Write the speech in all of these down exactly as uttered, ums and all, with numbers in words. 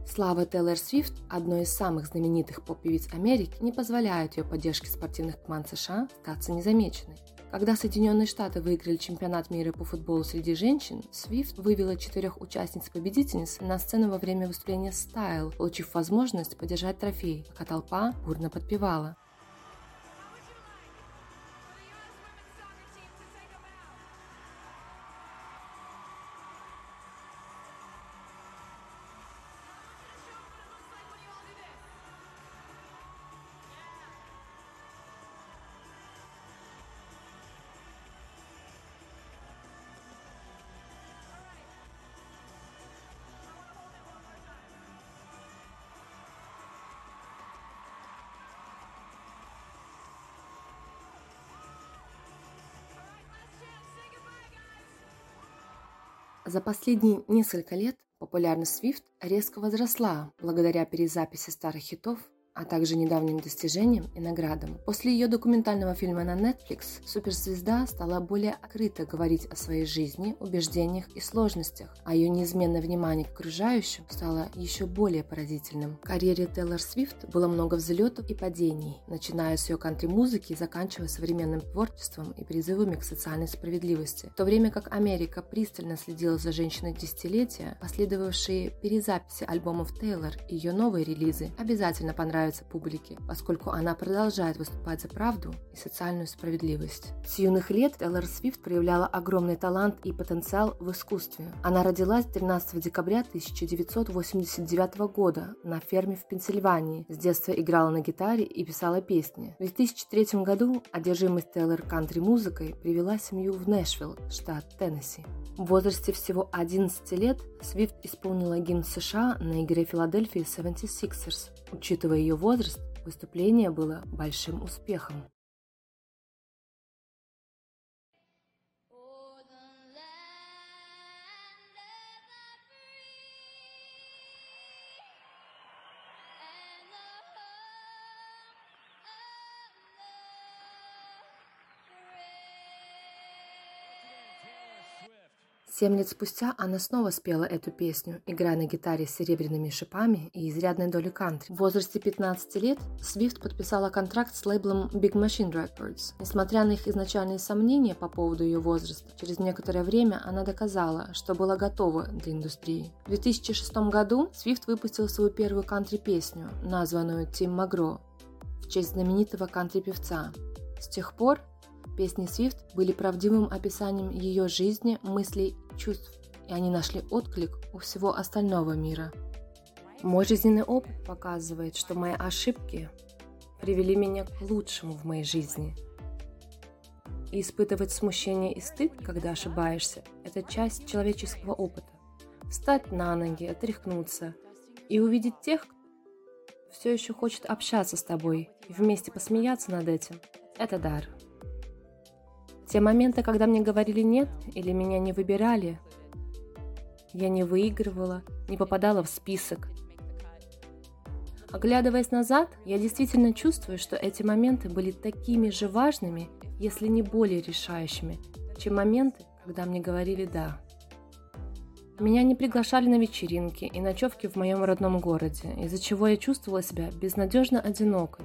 Слава Тейлор Свифт, одной из самых знаменитых поп-певиц Америки, не позволяет ее поддержке спортивных команд США остаться незамеченной. Когда Соединенные Штаты выиграли чемпионат мира по футболу среди женщин, Свифт вывела четырех участниц-победительниц на сцену во время выступления Style, получив возможность подержать трофей, пока толпа бурно подпевала. За последние несколько лет популярность Свифт резко возросла благодаря перезаписи старых хитов, а также недавним достижениям и наградам. После ее документального фильма на Netflix суперзвезда стала более открыто говорить о своей жизни, убеждениях и сложностях, а ее неизменное внимание к окружающим стало еще более поразительным. В карьере Тейлор Свифт было много взлетов и падений, начиная с ее кантри-музыки и заканчивая современным творчеством и призывами к социальной справедливости. В то время как Америка пристально следила за женщиной десятилетия, последовавшие перезаписи альбомов Тейлор и ее новые релизы обязательно понравятся публике, поскольку она продолжает выступать за правду и социальную справедливость. С юных лет Тейлор Свифт проявляла огромный талант и потенциал в искусстве. Она родилась тринадцатого декабря тысяча девятьсот восемьдесят девятого года на ферме в Пенсильвании. С детства играла на гитаре и писала песни. В две тысячи третьем году одержимость Тейлор кантри-музыкой привела семью в Нэшвилл, штат Теннесси. В возрасте всего одиннадцати лет Свифт исполнила гимн США на игре Филадельфии семьдесят шестьерс. Учитывая ее возраст, выступление было большим успехом. Семь лет спустя она снова спела эту песню, играя на гитаре с серебряными шипами и изрядной долей кантри. В возрасте пятнадцати лет Свифт подписала контракт с лейблом Big Machine Records. Несмотря на их изначальные сомнения по поводу ее возраста, через некоторое время она доказала, что была готова для индустрии. В две тысячи шестом году Свифт выпустила свою первую кантри-песню, названную «Тим Магро», в честь знаменитого кантри-певца. С тех пор песни Свифт были правдивым описанием ее жизни, мыслей и чувств, и они нашли отклик у всего остального мира. Мой жизненный опыт показывает, что мои ошибки привели меня к лучшему в моей жизни. И испытывать смущение и стыд, когда ошибаешься, это часть человеческого опыта. Встать на ноги, отряхнуться и увидеть тех, кто все еще хочет общаться с тобой, и вместе посмеяться над этим – это дар. Те моменты, когда мне говорили «нет» или меня не выбирали, я не выигрывала, не попадала в список. Оглядываясь назад, я действительно чувствую, что эти моменты были такими же важными, если не более решающими, чем моменты, когда мне говорили «да». Меня не приглашали на вечеринки и ночевки в моем родном городе, из-за чего я чувствовала себя безнадежно одинокой.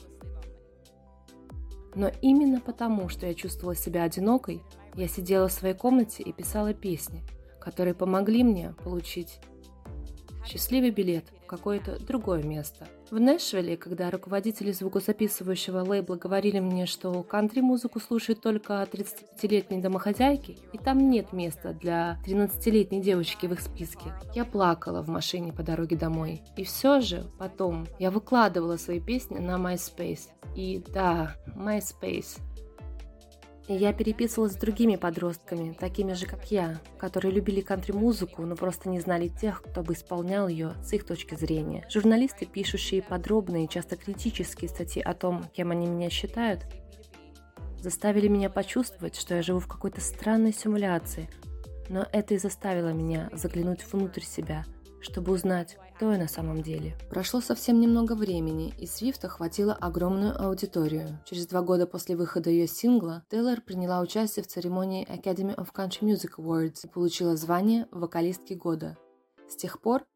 Но именно потому, что я чувствовала себя одинокой, я сидела в своей комнате и писала песни, которые помогли мне получить счастливый билет в какое-то другое место. В Нэшвилле, когда руководители звукозаписывающего лейбла говорили мне, что кантри-музыку слушают только тридцатипятилетние домохозяйки, и там нет места для тринадцатилетней девочки в их списке, я плакала в машине по дороге домой. И все же потом я выкладывала свои песни на MySpace. И да, MySpace. И я переписывалась с другими подростками, такими же, как я, которые любили кантри-музыку, но просто не знали тех, кто бы исполнял ее с их точки зрения. Журналисты, пишущие подробные, часто критические статьи о том, кем они меня считают, заставили меня почувствовать, что я живу в какой-то странной симуляции, но это и заставило меня заглянуть внутрь себя, чтобы узнать, кто я на самом деле. Прошло совсем немного времени, и Свифт охватила огромную аудиторию. Через два года после выхода ее сингла Тейлор приняла участие в церемонии Academy of Country Music Awards и получила звание вокалистки года. С тех пор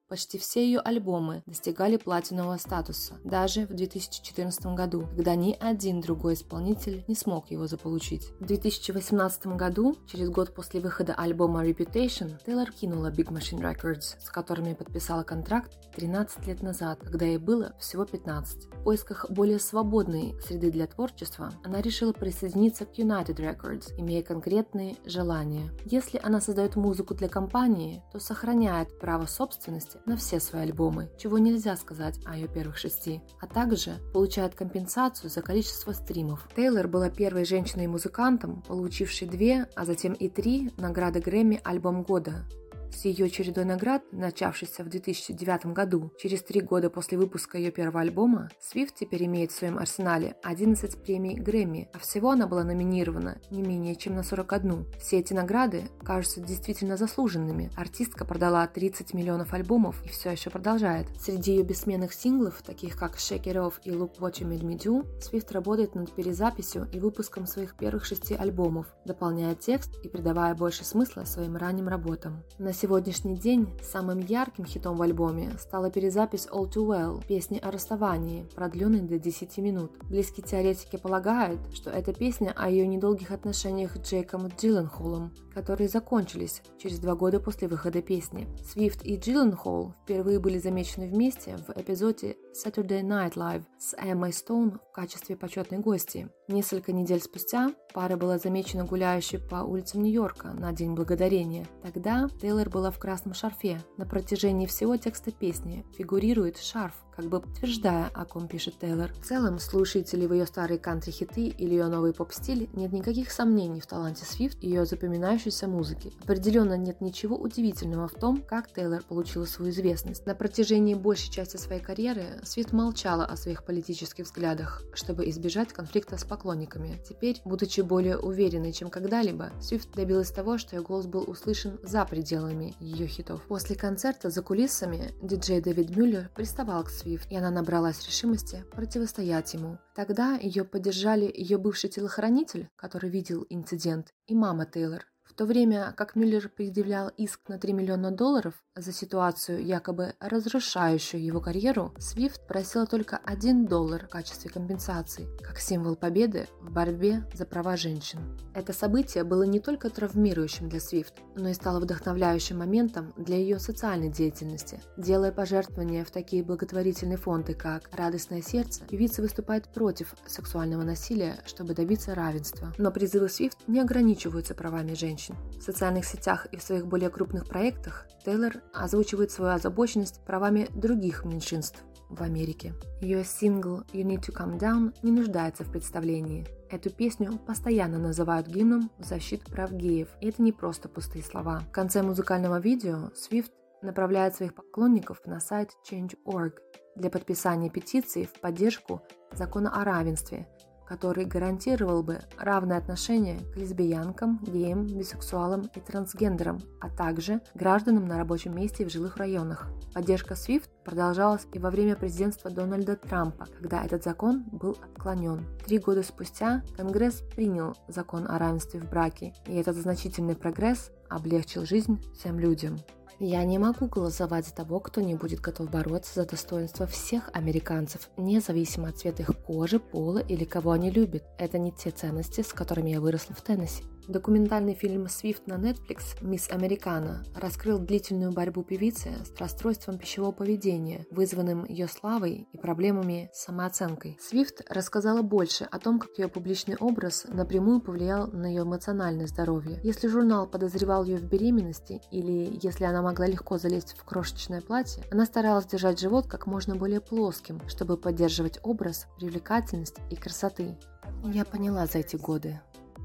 Почти все ее альбомы достигали платинового статуса, даже в две тысячи четырнадцатом году, когда ни один другой исполнитель не смог его заполучить. В две тысячи восемнадцатом году, через год после выхода альбома Reputation, Тейлор кинула Big Machine Records, с которыми подписала контракт тринадцать лет назад, когда ей было всего пятнадцать. В поисках более свободной среды для творчества она решила присоединиться к United Records, имея конкретные желания. Если она создает музыку для компании, то сохраняет право собственности на все свои альбомы, чего нельзя сказать о ее первых шести, а также получает компенсацию за количество стримов. Тейлор была первой женщиной-музыкантом, получившей две, а затем и три награды Грэмми «Альбом года». С ее чередой наград, начавшейся в две тысячи девятом году, через три года после выпуска ее первого альбома, Свифт теперь имеет в своем арсенале одиннадцать премий Грэмми, а всего она была номинирована не менее чем на сорок одну. Все эти награды кажутся действительно заслуженными. Артистка продала тридцать миллионов альбомов и все еще продолжает. Среди ее бессменных синглов, таких как Shake It Off и Look What You Made Me Do, Свифт работает над перезаписью и выпуском своих первых шести альбомов, дополняя текст и придавая больше смысла своим ранним работам. На сегодняшний день самым ярким хитом в альбоме стала перезапись All Too Well, песни о расставании, продленной до десяти минут. Близкие теоретики полагают, что это песня о ее недолгих отношениях с Джейком Джилленхолом, которые закончились через два года после выхода песни. Свифт и Джилленхол впервые были замечены вместе в эпизоде Saturday Night Live с Эммой Стоун в качестве почетной гости. Несколько недель спустя пара была замечена гуляющей по улицам Нью-Йорка на День Благодарения. Тогда Тейлор была в красном шарфе. На протяжении всего текста песни фигурирует шарф, как бы подтверждая, о ком пишет Тейлор. В целом, слушаете ли вы ее старые кантри-хиты или ее новый поп-стиль, нет никаких сомнений в таланте Свифт и ее запоминающейся музыки. Определенно нет ничего удивительного в том, как Тейлор получила свою известность. На протяжении большей части своей карьеры Свифт молчала о своих политических взглядах, чтобы избежать конфликта с поклонниками. Теперь, будучи более уверенной, чем когда-либо, Свифт добилась того, что ее голос был услышан за пределами ее хитов. После концерта за кулисами диджей Дэвид Мюллер приставал к Свифт, и она набралась решимости противостоять ему. Тогда ее поддержали ее бывший телохранитель, который видел инцидент, и мама Тейлор. В то время как Мюллер предъявлял иск на три миллиона долларов за ситуацию, якобы разрушающую его карьеру, Свифт просила только один доллар в качестве компенсации, как символ победы в борьбе за права женщин. Это событие было не только травмирующим для Свифт, но и стало вдохновляющим моментом для ее социальной деятельности. Делая пожертвования в такие благотворительные фонды, как «Радостное сердце», певица выступает против сексуального насилия, чтобы добиться равенства. Но призывы Свифт не ограничиваются правами женщин. В социальных сетях и в своих более крупных проектах Тейлор озвучивает свою озабоченность правами других меньшинств в Америке. Ее сингл «You Need to Calm Down» не нуждается в представлении. Эту песню постоянно называют гимном в защиту прав геев, и это не просто пустые слова. В конце музыкального видео Свифт направляет своих поклонников на сайт чейндж точка орг для подписания петиции в поддержку закона о равенстве, который гарантировал бы равное отношение к лесбиянкам, геям, бисексуалам и трансгендерам, а также гражданам на рабочем месте и в жилых районах. Поддержка Свифт продолжалась и во время президентства Дональда Трампа, когда этот закон был отклонен. Три года спустя Конгресс принял закон о равенстве в браке, и этот значительный прогресс облегчил жизнь всем людям. Я не могу голосовать за того, кто не будет готов бороться за достоинство всех американцев, независимо от цвета их кожи, пола или кого они любят. Это не те ценности, с которыми я выросла в Теннесси. Документальный фильм Свифт на Netflix «Мисс Американа» раскрыл длительную борьбу певицы с расстройством пищевого поведения, вызванным ее славой и проблемами с самооценкой. Свифт рассказала больше о том, как ее публичный образ напрямую повлиял на ее эмоциональное здоровье. Если журнал подозревал ее в беременности или если она могла легко залезть в крошечное платье, она старалась держать живот как можно более плоским, чтобы поддерживать образ, привлекательность и красоты. Я поняла за эти годы.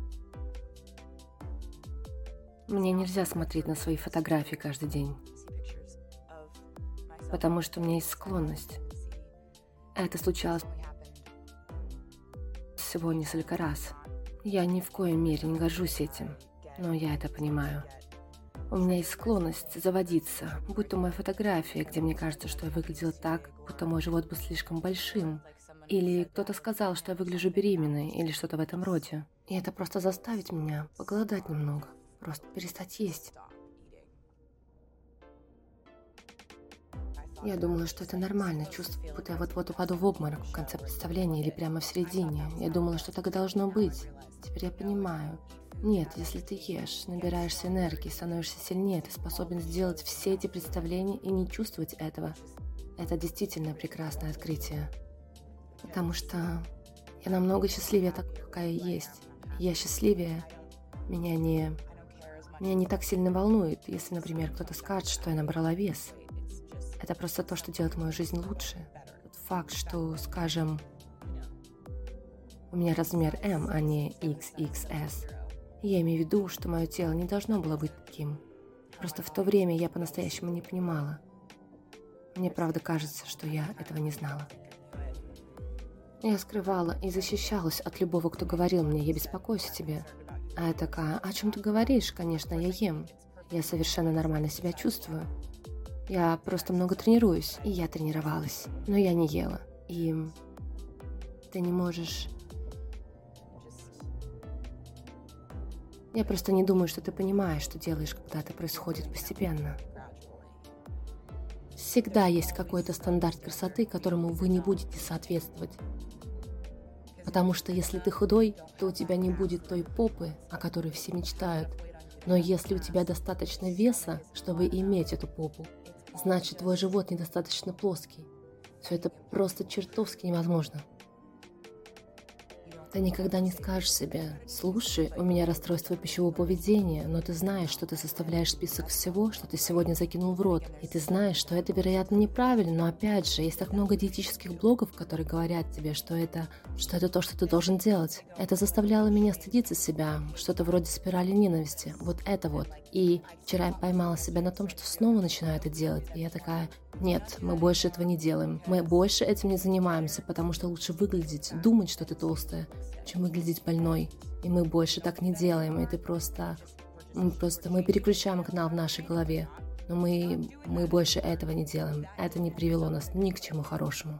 Мне нельзя смотреть на свои фотографии каждый день, потому что у меня есть склонность. Это случалось всего несколько раз. Я ни в коей мере не горжусь этим, но я это понимаю. У меня есть склонность заводиться, будь то моя фотография, где мне кажется, что я выглядела так, будто мой живот был слишком большим, или кто-то сказал, что я выгляжу беременной, или что-то в этом роде. И это просто заставит меня поголодать немного. Просто перестать есть. Я думала, что это нормально, чувствовать, будто я вот-вот упаду в обморок в конце представления или прямо в середине. Я думала, что так и должно быть. Теперь я понимаю. Нет, если ты ешь, набираешься энергии, становишься сильнее, ты способен сделать все эти представления и не чувствовать этого. Это действительно прекрасное открытие. Потому что я намного счастливее так, какая я есть. Я счастливее. Меня не... Меня не так сильно волнует, если, например, кто-то скажет, что я набрала вес. Это просто то, что делает мою жизнь лучше. Тот факт, что, скажем, у меня размер эм, а не икс икс эс. Я имею в виду, что мое тело не должно было быть таким. Просто в то время я по-настоящему не понимала. Мне правда кажется, что я этого не знала. Я скрывала и защищалась от любого, кто говорил мне: я беспокоюсь о тебе. А я такая: о чем ты говоришь? Конечно, я ем. Я совершенно нормально себя чувствую. Я просто много тренируюсь, и я тренировалась. Но я не ела. И ты не можешь... Я просто не думаю, что ты понимаешь, что делаешь, когда это происходит постепенно. Всегда есть какой-то стандарт красоты, которому вы не будете соответствовать. Потому что если ты худой, то у тебя не будет той попы, о которой все мечтают. Но если у тебя достаточно веса, чтобы иметь эту попу, значит, твой живот недостаточно плоский. Все это просто чертовски невозможно. Ты никогда не скажешь себе: слушай, у меня расстройство пищевого поведения, но ты знаешь, что ты составляешь список всего, что ты сегодня закинул в рот, и ты знаешь, что это, вероятно, неправильно, но опять же, есть так много диетических блогов, которые говорят тебе, что это, что это то, что ты должен делать. Это заставляло меня стыдиться себя, что-то вроде спирали ненависти, вот это вот. И вчера я поймала себя на том, что снова начинаю это делать, и я такая: нет, мы больше этого не делаем, мы больше этим не занимаемся, потому что лучше выглядеть, думать, что ты толстая, чем выглядеть больной. И мы больше так не делаем. И ты просто... Мы просто... Мы переключаем канал в нашей голове. Но мы... Мы больше этого не делаем. Это не привело нас ни к чему хорошему.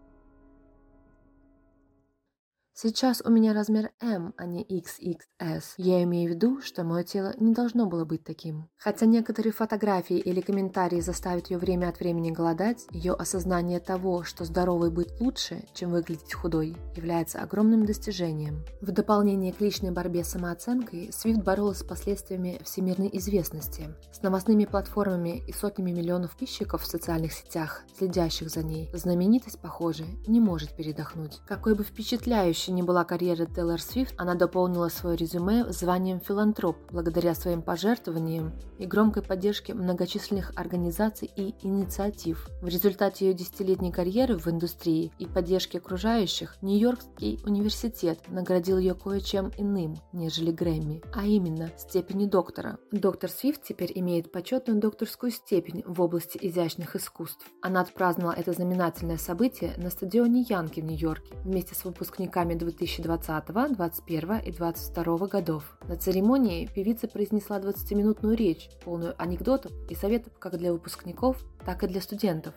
Сейчас у меня размер эм, а не икс икс эс. Я имею в виду, что мое тело не должно было быть таким. Хотя некоторые фотографии или комментарии заставят ее время от времени голодать, ее осознание того, что здоровой быть лучше, чем выглядеть худой, является огромным достижением. В дополнение к личной борьбе с самооценкой, Свифт боролась с последствиями всемирной известности. С новостными платформами и сотнями миллионов подписчиков в социальных сетях, следящих за ней, знаменитость, похоже, не может передохнуть. Какой бы впечатляющей не была карьера Тейлор Свифт, она дополнила свое резюме званием филантроп благодаря своим пожертвованиям и громкой поддержке многочисленных организаций и инициатив. В результате ее десятилетней карьеры в индустрии и поддержки окружающих Нью-Йоркский университет наградил ее кое-чем иным, нежели Грэмми, а именно степенью доктора. Доктор Свифт теперь имеет почетную докторскую степень в области изящных искусств. Она отпраздновала это знаменательное событие на стадионе Янки в Нью-Йорке вместе с выпускниками две тысячи двадцатого, двадцать первого и двадцать второго годов. На церемонии певица произнесла двадцатиминутную речь, полную анекдотов и советов как для выпускников, так и для студентов.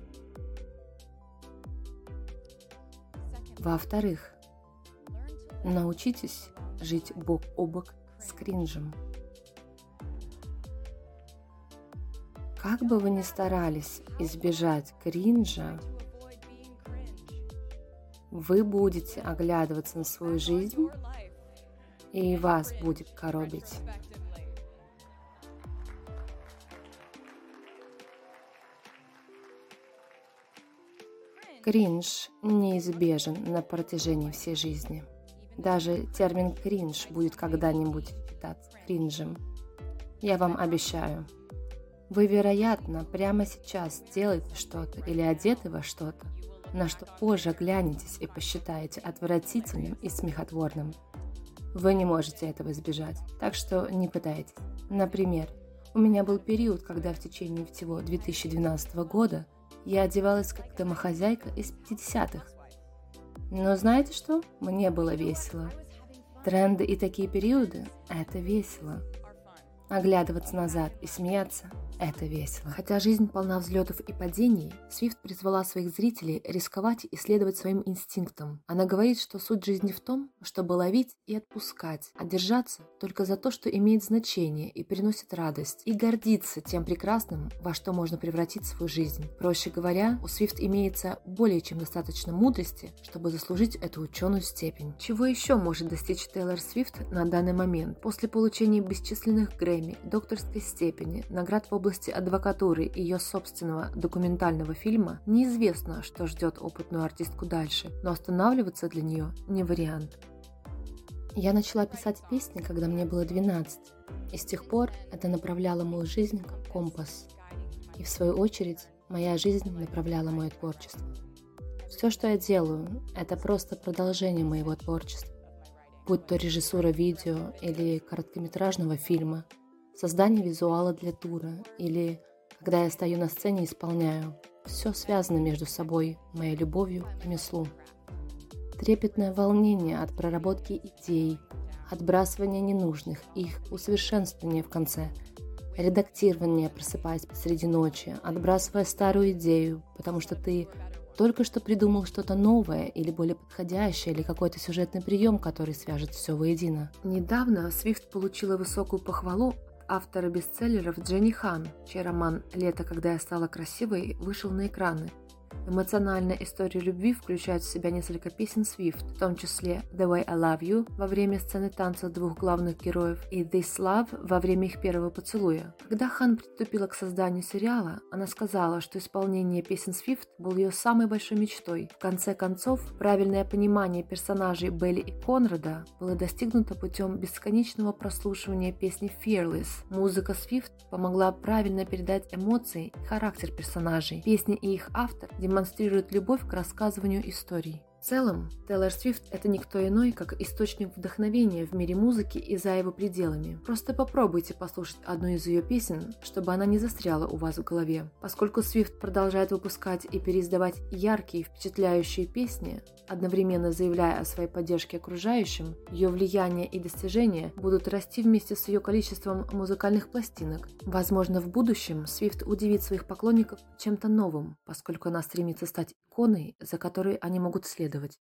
Во-вторых, научитесь жить бок о бок с кринжем. Как бы вы ни старались избежать кринжа, вы будете оглядываться на свою жизнь, и вас будет коробить. Кринж неизбежен на протяжении всей жизни. Даже термин кринж будет когда-нибудь считаться кринжем. Я вам обещаю. Вы, вероятно, прямо сейчас делаете что-то или одеты во что-то, на что позже глянетесь и посчитаете отвратительным и смехотворным. Вы не можете этого избежать, так что не пытайтесь. Например, у меня был период, когда в течение всего две тысячи двенадцатого года я одевалась как домохозяйка из пятидесятых. Но знаете что? Мне было весело. Тренды и такие периоды – это весело. Оглядываться назад и смеяться — это весело. Хотя жизнь полна взлетов и падений, Свифт призвала своих зрителей рисковать и следовать своим инстинктам. Она говорит, что суть жизни в том, чтобы ловить и отпускать, а держаться только за то, что имеет значение и приносит радость, и гордиться тем прекрасным, во что можно превратить свою жизнь. Проще говоря, у Свифт имеется более чем достаточно мудрости, чтобы заслужить эту ученую степень. Чего еще может достичь Тейлор Свифт на данный момент? После получения бесчисленных Грэмми, докторской степени, наград в области адвокатуры и ее собственного документального фильма, неизвестно, что ждет опытную артистку дальше, но останавливаться для нее не вариант. Я начала писать песни, когда мне было двенадцать, и с тех пор это направляло мою жизнь как компас. И в свою очередь, моя жизнь направляла мое творчество. Все, что я делаю, это просто продолжение моего творчества. Будь то режиссура видео или короткометражного фильма, создание визуала для тура или когда я стою на сцене и исполняю, все связано между собой, моей любовью к ремеслу. Трепетное волнение от проработки идей, отбрасывания ненужных, их усовершенствования в конце, редактирование, просыпаясь посреди ночи, отбрасывая старую идею, потому что ты только что придумал что-то новое или более подходящее, или какой-то сюжетный прием, который свяжет все воедино. Недавно Свифт получила высокую похвалу от автора бестселлеров Дженни Хан, чей роман «Лето, когда я стала красивой» вышел на экраны. Эмоциональная история любви включает в себя несколько песен Свифт, в том числе «The Way I Love You» во время сцены танца двух главных героев и «This Love» во время их первого поцелуя. Когда Хан приступила к созданию сериала, она сказала, что исполнение песен Свифт было ее самой большой мечтой. В конце концов, правильное понимание персонажей Белли и Конрада было достигнуто путем бесконечного прослушивания песни «Fearless». Музыка Свифт помогла правильно передать эмоции и характер персонажей. Песни и их автор демонстрирует любовь к рассказыванию историй. В целом, Тейлор Свифт – это никто иной, как источник вдохновения в мире музыки и за его пределами. Просто попробуйте послушать одну из ее песен, чтобы она не застряла у вас в голове. Поскольку Свифт продолжает выпускать и переиздавать яркие, впечатляющие песни, одновременно заявляя о своей поддержке окружающим, ее влияние и достижения будут расти вместе с ее количеством музыкальных пластинок. Возможно, в будущем Свифт удивит своих поклонников чем-то новым, поскольку она стремится стать иконой, за которой они могут следовать.